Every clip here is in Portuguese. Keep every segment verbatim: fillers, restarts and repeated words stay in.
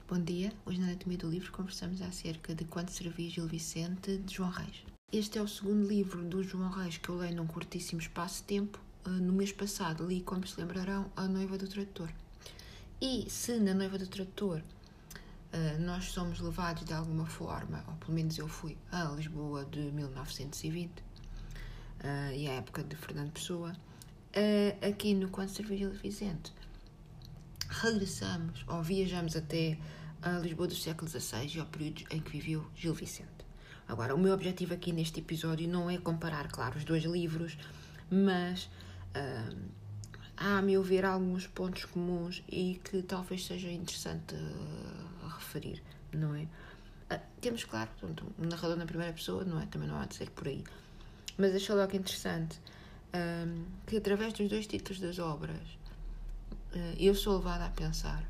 Bom dia, hoje na Anatomia do Livro conversamos acerca de Quando Servi Gil Vicente, de João Reis. Este é o segundo livro do João Reis que eu leio num curtíssimo espaço de tempo. No mês passado li, como se lembrarão, A Noiva do Tradutor. E se na Noiva do Tradutor nós somos levados de alguma forma, ou pelo menos eu fui, a Lisboa de mil novecentos e vinte e à época de Fernando Pessoa, aqui no Quando Servi Gil Vicente regressamos ou viajamos até a Lisboa do século dezasseis e ao período em que viveu Gil Vicente. Agora, o meu objetivo aqui neste episódio não é comparar, claro, os dois livros, mas uh, há, a meu ver, alguns pontos comuns e que talvez seja interessante uh, referir, não é? Uh, temos, claro, um narrador na primeira pessoa, não é? Também não há de ser por aí. Mas achei logo interessante uh, que, através dos dois títulos das obras, eu sou levada a pensar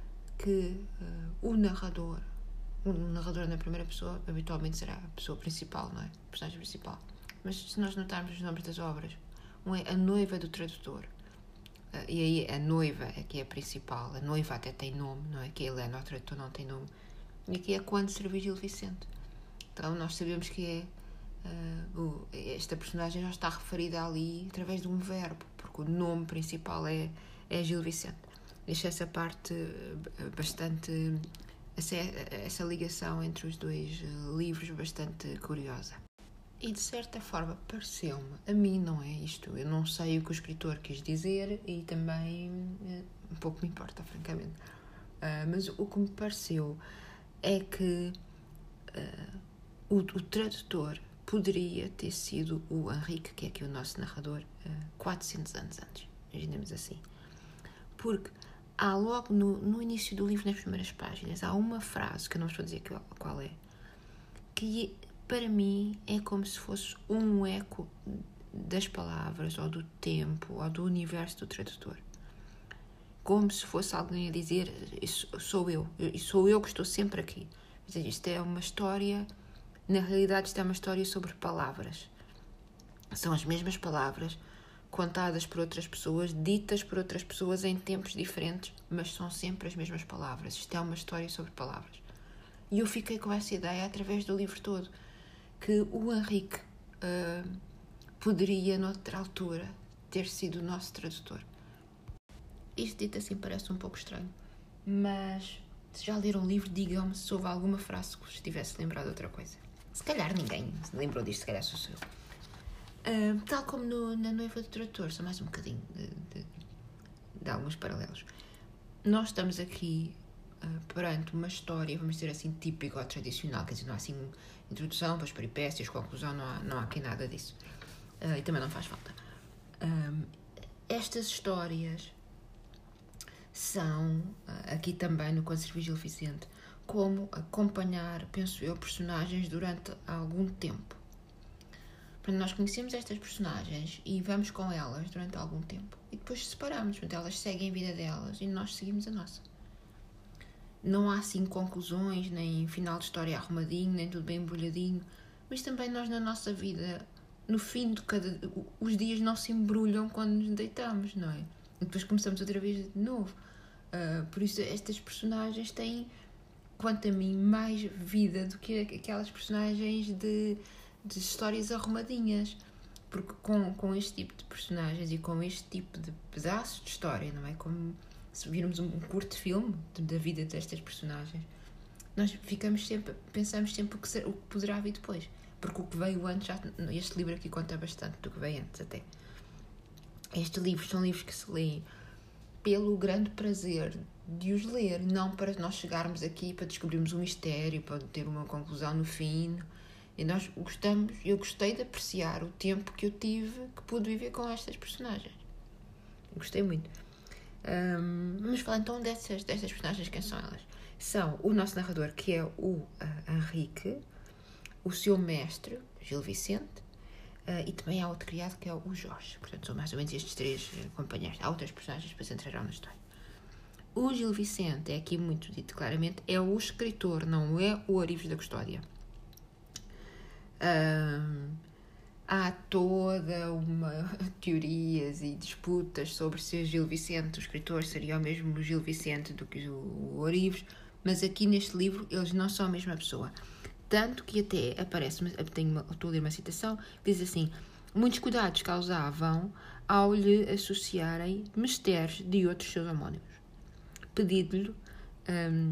que uh, o narrador, o narrador na primeira pessoa, habitualmente será a pessoa principal, não é? A personagem principal. Mas se nós notarmos os nomes das obras, um é A Noiva do Tradutor, uh, e aí a noiva é que é a principal, a noiva até tem nome, não é? Que a Helena, o tradutor, não tem nome. E aqui é Quando Servi Gil Vicente. Então nós sabemos que é uh, o, esta personagem já está referida ali através de um verbo, porque o nome principal é é Gil Vicente. Deixo essa parte bastante, essa, essa ligação entre os dois livros bastante curiosa. E de certa forma pareceu-me, a mim não é isto, eu não sei o que o escritor quis dizer e também um pouco me importa, francamente. Uh, mas o que me pareceu é que uh, o, o tradutor poderia ter sido o Henrique, que é aqui o nosso narrador, uh, quatrocentos anos antes, imaginemos assim. Porque há logo no, no início do livro, nas primeiras páginas, há uma frase, que eu não estou a dizer qual é, que para mim é como se fosse um eco das palavras, ou do tempo, ou do universo do tradutor. Como se fosse alguém a dizer, isso sou eu, e sou eu que estou sempre aqui. Isto é uma história, na realidade isto é uma história sobre palavras. São as mesmas palavras, contadas por outras pessoas, ditas por outras pessoas em tempos diferentes, mas são sempre as mesmas palavras. Isto é uma história sobre palavras. E eu fiquei com essa ideia através do livro todo, que o Henrique uh, poderia, noutra altura, ter sido o nosso tradutor. Isto dito assim parece um pouco estranho, mas se já leram o livro, digam-me se houve alguma frase que vos tivesse lembrado de outra coisa. Se calhar ninguém se lembrou disto, se calhar sou eu. Uh, tal como no, na Noiva do Tradutor, só mais um bocadinho de, de, de alguns paralelos. Nós estamos aqui uh, perante uma história, vamos dizer assim, típica ou tradicional, quer dizer, não há assim introdução, depois peripécias, conclusão, não há, não há aqui nada disso. Uh, e também não faz falta. Uh, estas histórias são, uh, aqui também no Quando Servi Gil Vicente, como acompanhar, penso eu, personagens durante algum tempo. Nós conhecemos estas personagens e vamos com elas durante algum tempo e depois separamos, portanto elas seguem a vida delas e nós seguimos a nossa. Não há assim conclusões, nem final de história arrumadinho, nem tudo bem embrulhadinho, mas também nós na nossa vida, no fim de cada... os dias não se embrulham quando nos deitamos, não é? E depois começamos outra vez de novo. Uh, por isso estas personagens têm, quanto a mim, mais vida do que aquelas personagens de... de histórias arrumadinhas, porque com, com este tipo de personagens e com este tipo de pedaços de história, não é? Como se virmos um, um curto filme de, da vida destas personagens, nós ficamos sempre, pensamos sempre o que, ser, o que poderá vir depois, porque o que veio antes, já, este livro aqui conta bastante do que veio antes até. Estes livros são livros que se leem pelo grande prazer de os ler, não para nós chegarmos aqui para descobrirmos um mistério, para ter uma conclusão no fim. E nós gostamos, eu gostei de apreciar o tempo que eu tive, que pude viver com estas personagens. Gostei muito. Um, vamos falar então dessas, destas personagens, quem são elas? São o nosso narrador, que é o uh, Henrique, o seu mestre, Gil Vicente, uh, e também há outro criado, que é o Jorge. Portanto, são mais ou menos estes três uh, companheiros. Há outras personagens para se entrarão na história. O Gil Vicente, é aqui muito dito claramente, é o escritor, não é o Arives da Custódia. Um, há toda uma teorias e disputas sobre se Gil Vicente, o escritor, seria o mesmo Gil Vicente do que o Orives, Mas aqui neste livro eles não são a mesma pessoa. Tanto que até aparece, tenho uma, estou a ler uma citação, que diz assim: muitos cuidados causavam ao lhe associarem mistérios de outros seus homónimos, pedindo-lhe hum,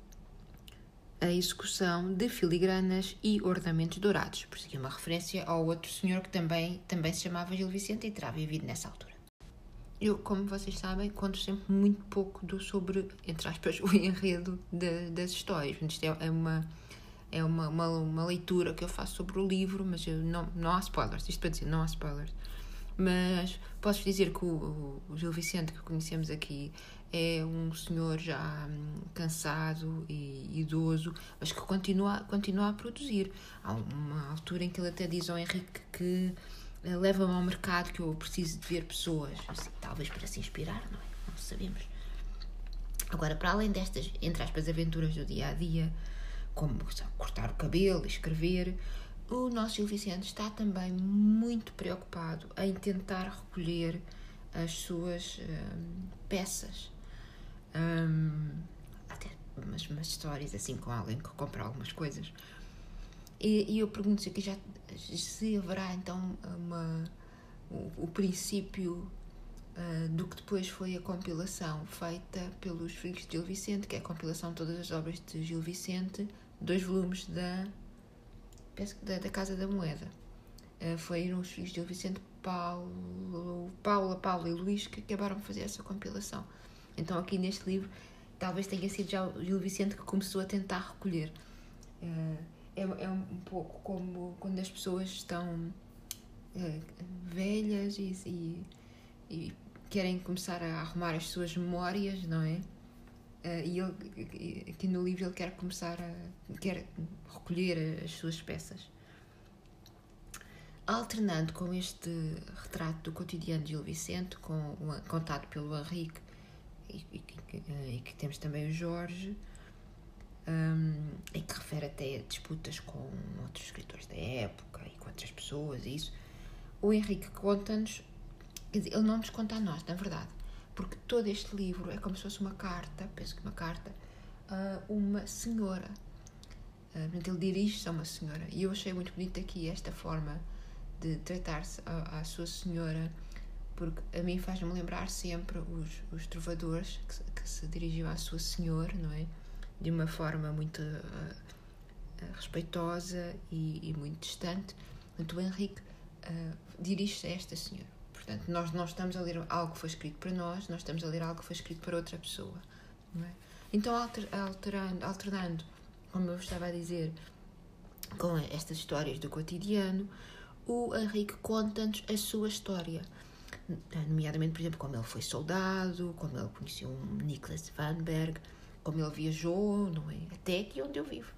a execução de filigranas e ornamentos dourados. Por isso aqui uma referência ao outro senhor que também, também se chamava Gil Vicente e terá vivido nessa altura. Eu, como vocês sabem, conto sempre muito pouco do, sobre, entre aspas, o enredo de, das histórias. Isto é, é uma... É uma, uma, uma leitura que eu faço sobre o livro, mas eu não, não há spoilers. Isto para dizer, não há spoilers. Mas posso dizer que o, o Gil Vicente, que conhecemos aqui, é um senhor já hum, cansado e idoso, mas que continua, continua a produzir. Há uma altura em que ele até diz ao Henrique que uh, leva-me ao mercado, que eu preciso de ver pessoas, assim, talvez para se inspirar, não é? Não sabemos. Agora, para além destas, entre aspas, aventuras do dia-a-dia, como cortar o cabelo, escrever, o nosso Gil Vicente está também muito preocupado em tentar recolher as suas hum, peças. Hum, até umas, umas histórias assim com alguém que compra algumas coisas. E, e eu pergunto-se aqui já se haverá então uma, o, o princípio uh, do que depois foi a compilação feita pelos filhos de Gil Vicente, que é a compilação de todas as obras de Gil Vicente, dois volumes da, da, da Casa da Moeda. Uh, foram os filhos de Gil Vicente, Paulo, Paula, Paula e Luís, que acabaram de fazer essa compilação. Então aqui neste livro talvez tenha sido já o Gil Vicente que começou a tentar recolher. Uh, é, é um pouco como quando as pessoas estão uh, velhas e, e, e querem começar a arrumar as suas memórias, não é? Uh, e ele, aqui no livro ele quer começar a quer recolher as suas peças. Alternando com este retrato do cotidiano de Gil Vicente, com uma, contado pelo Henrique, e, e, e, e que temos também o Jorge, um, e que refere até a disputas com outros escritores da época e com outras pessoas, e isso. O Henrique conta-nos, quer dizer, ele não nos conta a nós, na verdade, porque todo este livro é como se fosse uma carta, penso que uma carta, a uma senhora. Uh, ele dirige-se a uma senhora, e eu achei muito bonito aqui esta forma de tratar-se à, à sua senhora, porque a mim faz-me lembrar sempre os, os trovadores que, que se dirigiam à sua senhora, não é? De uma forma muito uh, uh, respeitosa e, e muito distante. Portanto, o Henrique uh, dirige-se a esta senhora. Portanto, nós não estamos a ler algo que foi escrito para nós, nós estamos a ler algo que foi escrito para outra pessoa, não é? Então, alter, alterando, alternando, como eu estava a dizer, com estas histórias do cotidiano, o Henrique conta-nos a sua história, nomeadamente, por exemplo, como ele foi soldado, como ele conheceu um Nicholas Vanberg, como ele viajou, não é? Até aqui onde eu vivo.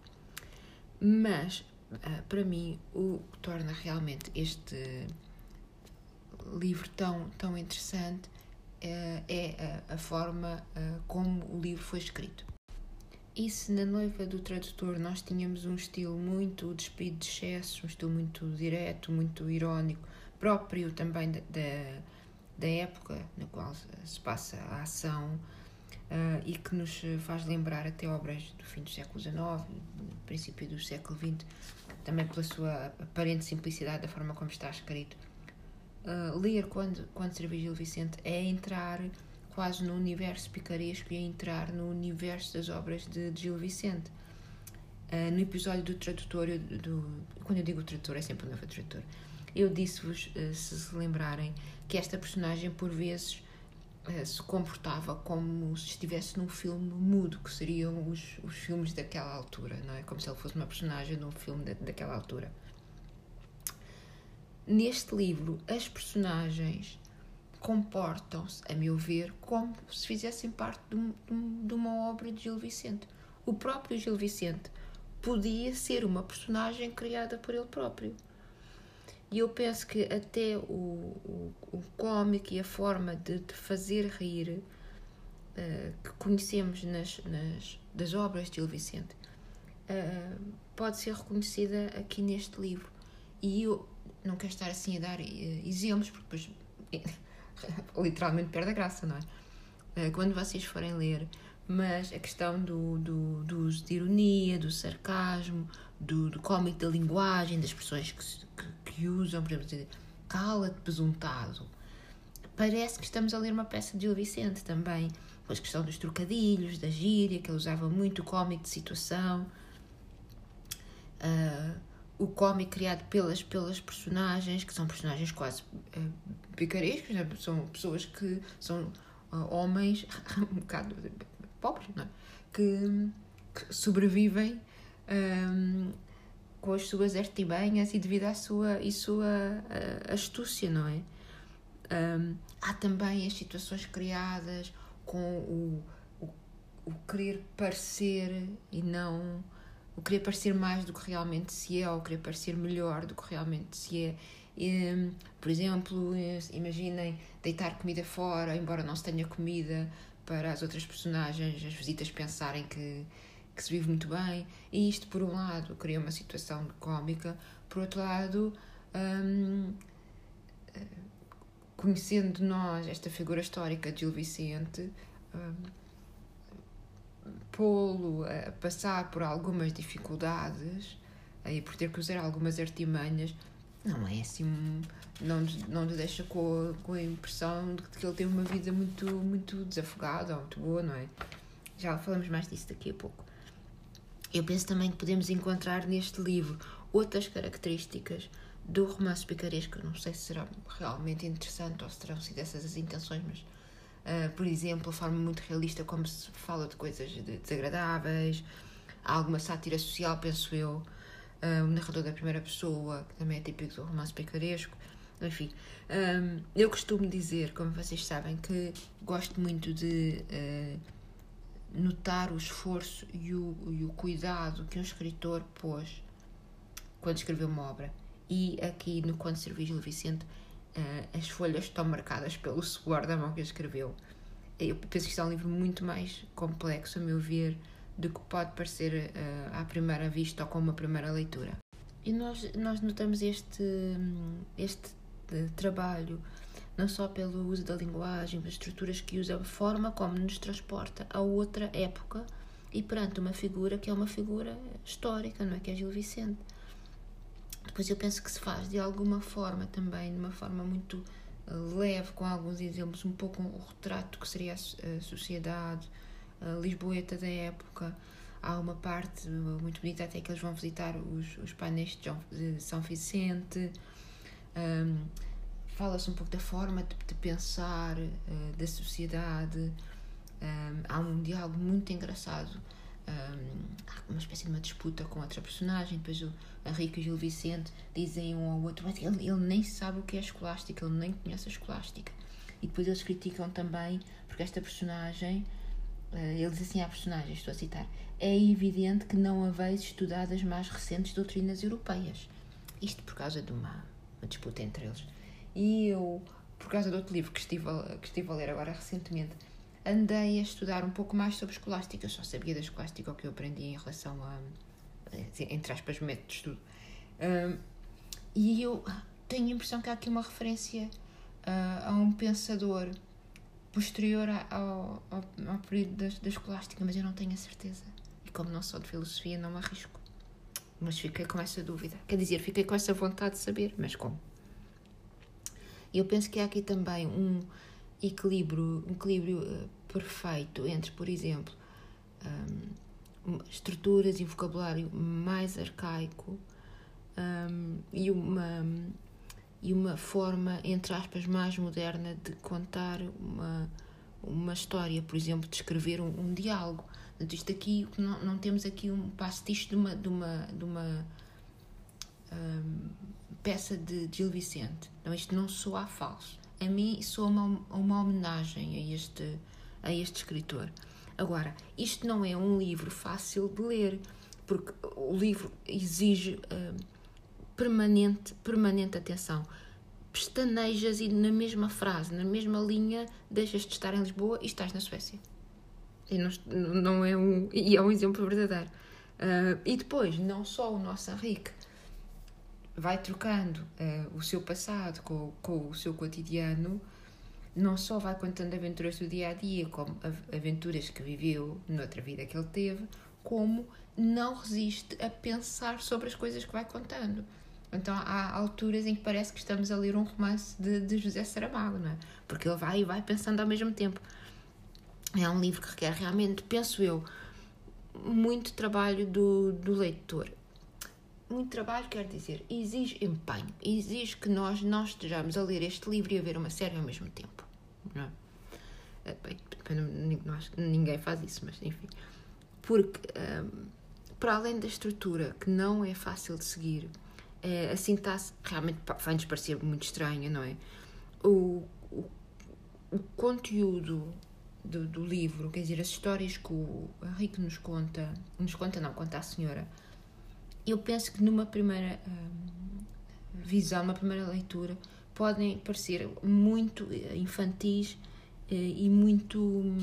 Mas, para mim, o que torna realmente este livro tão, tão interessante é a, a forma como o livro foi escrito. E se na Noiva do Tradutor nós tínhamos um estilo muito despido de excesso, um estilo muito direto, muito irónico, próprio também da, da, da época na qual se passa a ação, uh, e que nos faz lembrar até obras do fim do século dezenove, do princípio do século vinte, também pela sua aparente simplicidade da forma como está escrito. Uh, ler quando, quando serviu Gil Vicente é entrar quase no universo picaresco e a entrar no universo das obras de, de Gil Vicente. Uh, no episódio do Tradutor, eu, do, quando eu digo Tradutor é sempre o Noiva do Tradutor, eu disse-vos, uh, se se lembrarem, que esta personagem por vezes uh, se comportava como se estivesse num filme mudo, que seriam os, os filmes daquela altura, não é? Como se ele fosse uma personagem num filme da, daquela altura. Neste livro, as personagens comportam-se, a meu ver, como se fizessem parte de, um, de uma obra de Gil Vicente. O próprio Gil Vicente podia ser uma personagem criada por ele próprio. E eu penso que até o, o, o cómico e a forma de, de fazer rir uh, que conhecemos nas, nas, das obras de Gil Vicente uh, pode ser reconhecida aqui neste livro. E eu não quero estar assim a dar uh, exemplos, porque depois literalmente perde a graça, não é? Quando vocês forem ler, mas a questão do, do, do uso de ironia, do sarcasmo, do, do cómico da linguagem, das expressões que, que, que usam, por exemplo, dizer cala-te besuntado. Parece que estamos a ler uma peça de Gil Vicente também, com a questão dos trocadilhos, da gíria, que ele usava muito, o cómico de situação, uh, o cómico criado pelas, pelas personagens, que são personagens quase uh, picarescos, né? São pessoas que são uh, homens um bocado pobres, não é? que, que sobrevivem um, com as suas artimanhas e devido à sua, e sua uh, astúcia, não é? Um, há também as situações criadas com o, o, o querer parecer e não o querer parecer mais do que realmente se é, ou querer parecer melhor do que realmente se é. E, por exemplo, imaginem deitar comida fora, embora não se tenha comida, para as outras personagens, as visitas pensarem que, que se vive muito bem. E isto, por um lado, cria uma situação cómica, por outro lado, hum, conhecendo nós esta figura histórica de Gil Vicente, hum, pô-lo a passar por algumas dificuldades e por ter que usar algumas artimanhas, não é assim, não, não nos deixa com a, com a impressão de que ele teve uma vida muito, muito desafogada ou muito boa, não é? Já falamos mais disso daqui a pouco. Eu penso também que podemos encontrar neste livro outras características do romance picaresco. Não sei se será realmente interessante ou se terão sido essas as intenções, mas Uh, por exemplo, a forma muito realista como se fala de coisas desagradáveis, há alguma sátira social, penso eu, uh, o narrador da primeira pessoa, que também é típico do romance picaresco, enfim. Um, eu costumo dizer, como vocês sabem, que gosto muito de uh, notar o esforço e o, e o cuidado que um escritor pôs quando escreveu uma obra. E aqui no Quando Servi Gil Vicente, Uh, as folhas estão marcadas pelo suor da mão que escreveu. Eu penso que isto é um livro muito mais complexo, a meu ver, do que pode parecer uh, à primeira vista ou com uma primeira leitura. E nós, nós notamos este, este uh, trabalho não só pelo uso da linguagem, pelas estruturas que usa, a forma como nos transporta a outra época e perante uma figura que é uma figura histórica, não é? Que é Gil Vicente. Depois eu penso que se faz de alguma forma também, de uma forma muito uh, leve, com alguns exemplos, um pouco o retrato que seria a, a sociedade uh, lisboeta da época. Há uma parte uh, muito bonita até que eles vão visitar os, os painéis de, João, de São Vicente. Um, fala-se um pouco da forma de, de pensar uh, da sociedade. Um, há um diálogo muito engraçado. Um, há uma espécie de uma disputa com outra personagem, depois o Henrique e o Gil Vicente dizem um ao outro, mas ele, ele nem sabe o que é escolástica, ele nem conhece a escolástica. E depois eles criticam também, porque esta personagem, uh, ele diz assim à personagem, estou a citar, é evidente que não haveis estudado as mais recentes doutrinas europeias. Isto por causa de uma, uma disputa entre eles. E eu, por causa de outro livro que estive a, que estive a ler agora recentemente, andei a estudar um pouco mais sobre escolástica. Eu só sabia da escolástica o que eu aprendi em relação a, entre aspas, método de estudo. Um, e eu tenho a impressão que há aqui uma referência uh, a um pensador posterior ao, ao, ao período da, da escolástica, mas eu não tenho a certeza. E como não sou de filosofia, não me arrisco. Mas fiquei com essa dúvida. Quer dizer, fiquei com essa vontade de saber, mas como? Eu penso que há aqui também um equilíbrio, um equilíbrio uh, perfeito entre, por exemplo, um, estruturas e vocabulário mais arcaico um, e, uma, e uma forma, entre aspas, mais moderna de contar uma, uma história, por exemplo, de escrever um, um diálogo. Portanto, isto aqui, não, não temos aqui um pastiche de uma, de uma, de uma um, peça de Gil Vicente. Então, isto não soa a falso. A mim soa uma, uma homenagem a este, a este escritor. Agora, isto não é um livro fácil de ler, porque o livro exige uh, permanente, permanente atenção. Pestanejas e na mesma frase, na mesma linha, deixas de estar em Lisboa e estás na Suécia. E, não, não é, um, e é um exemplo verdadeiro. Uh, e depois, não só o nosso Henrique vai trocando uh, o seu passado com, com o seu cotidiano, não só vai contando aventuras do dia-a-dia, como aventuras que viveu noutra vida que ele teve, como não resiste a pensar sobre as coisas que vai contando. Então há alturas em que parece que estamos a ler um romance de, de José Saramago, não é? Porque ele vai e vai pensando ao mesmo tempo. É um livro que requer realmente, penso eu, muito trabalho do, do leitor. Muito trabalho quer dizer, exige empenho, exige que nós não estejamos a ler este livro e a ver uma série ao mesmo tempo. Não é? Bem, não acho que ninguém faz isso, mas enfim. Porque, um, para além da estrutura, que não é fácil de seguir, é, a sintaxe realmente vai-nos parecer muito estranha, não é? O, o, o conteúdo do, do livro, quer dizer, as histórias que o Henrique nos conta, nos conta não, conta a senhora, eu penso que numa primeira um, visão, numa primeira leitura, podem parecer muito infantis uh, e muito,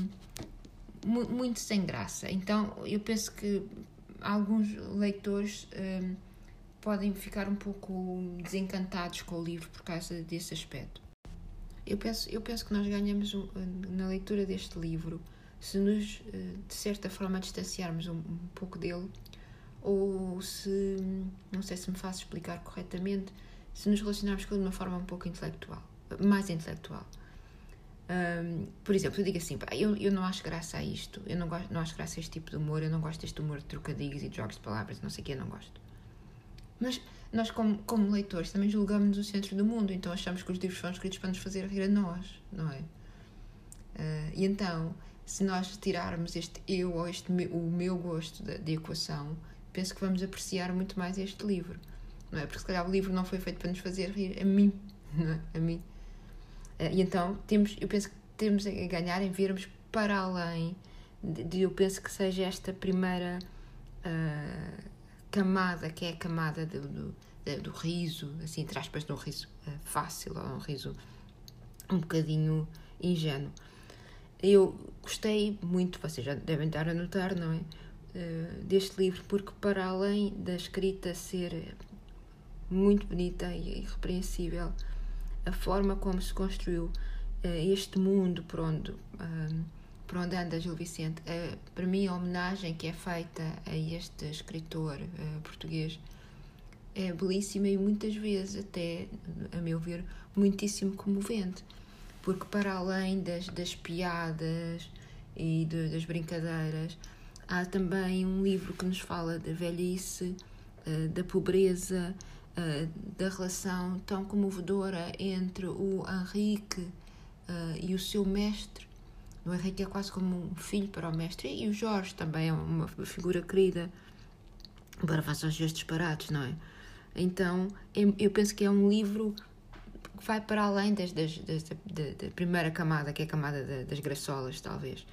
mu, muito sem graça. Então, eu penso que alguns leitores um, podem ficar um pouco desencantados com o livro por causa desse aspecto. Eu penso, eu penso que nós ganhamos um, na leitura deste livro se nos, de certa forma, distanciarmos um, um pouco dele, ou se, não sei se me faço explicar corretamente, se nos relacionarmos com ele de uma forma um pouco intelectual, mais intelectual. Um, por exemplo, eu digo assim, pá, eu, eu não acho graça a isto, eu não, gosto, não acho graça a este tipo de humor, eu não gosto deste humor de trocadilhos e de jogos de palavras, não sei o que, eu não gosto. Mas nós, como, como leitores, também julgamos-nos o centro do mundo, então achamos que os livros foram escritos para nos fazer rir a nós, não é? Uh, e então, se nós tirarmos este eu ou este me, o meu gosto de, de equação, penso que vamos apreciar muito mais este livro, não é? Porque se calhar o livro não foi feito para nos fazer rir, a mim, não é? A mim. Uh, e então, temos, eu penso que temos a ganhar em vermos para além de, de eu penso que seja esta primeira uh, camada, que é a camada do, do, do riso, assim, entre aspas, de um riso uh, fácil, ou um riso um bocadinho ingênuo. Eu gostei muito, vocês já devem estar a notar, não é? Uh, deste livro, porque para além da escrita ser muito bonita e irrepreensível, a forma como se construiu uh, este mundo por onde, uh, por onde anda Gil Vicente, uh, para mim a homenagem que é feita a este escritor uh, português é belíssima e muitas vezes até, a meu ver, muitíssimo comovente, porque para além das, das piadas e de, das brincadeiras, há também um livro que nos fala da velhice, da pobreza, da relação tão comovedora entre o Henrique e o seu mestre. O Henrique é quase como um filho para o mestre, e o Jorge também é uma figura querida, embora faça os seus disparates, não é? Então, eu penso que é um livro que vai para além das, das, das, da, da primeira camada, que é a camada das graçolas, talvez.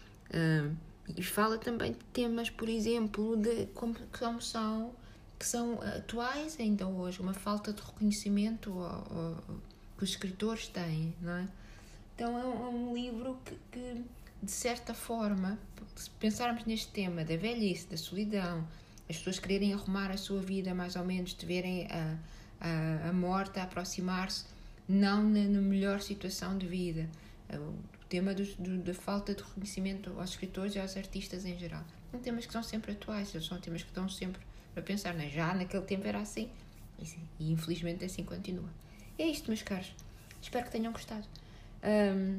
E fala também de temas, por exemplo, de como, como são, que são atuais ainda hoje, uma falta de reconhecimento ou, ou, que os escritores têm, não é? Então é um, é um livro que, que, de certa forma, se pensarmos neste tema da velhice, da solidão, as pessoas quererem arrumar a sua vida mais ou menos, de verem a, a, a morte a aproximar-se, não na, na melhor situação de vida. O tema do, do, da falta de reconhecimento aos escritores e aos artistas em geral. São temas que são sempre atuais, são temas que estão sempre a pensar, né? Já naquele tempo era assim, e infelizmente assim continua. E é isto, meus caros. Espero que tenham gostado. Um,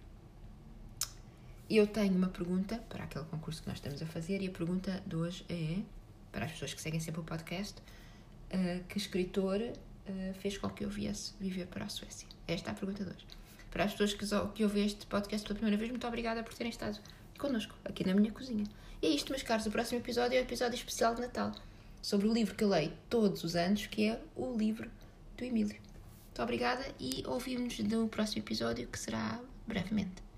eu tenho uma pergunta para aquele concurso que nós estamos a fazer, e a pergunta de hoje é, para as pessoas que seguem sempre o podcast, uh, que escritor uh, fez com que eu viesse viver para a Suécia? Esta é a pergunta de hoje. Para as pessoas que, que ouvem este podcast pela primeira vez, muito obrigada por terem estado connosco, aqui na minha cozinha. E é isto, meus caros. O próximo episódio é o episódio especial de Natal, sobre o livro que eu leio todos os anos, que é o livro do Emílio. Muito obrigada e ouvimos-nos no próximo episódio, que será brevemente.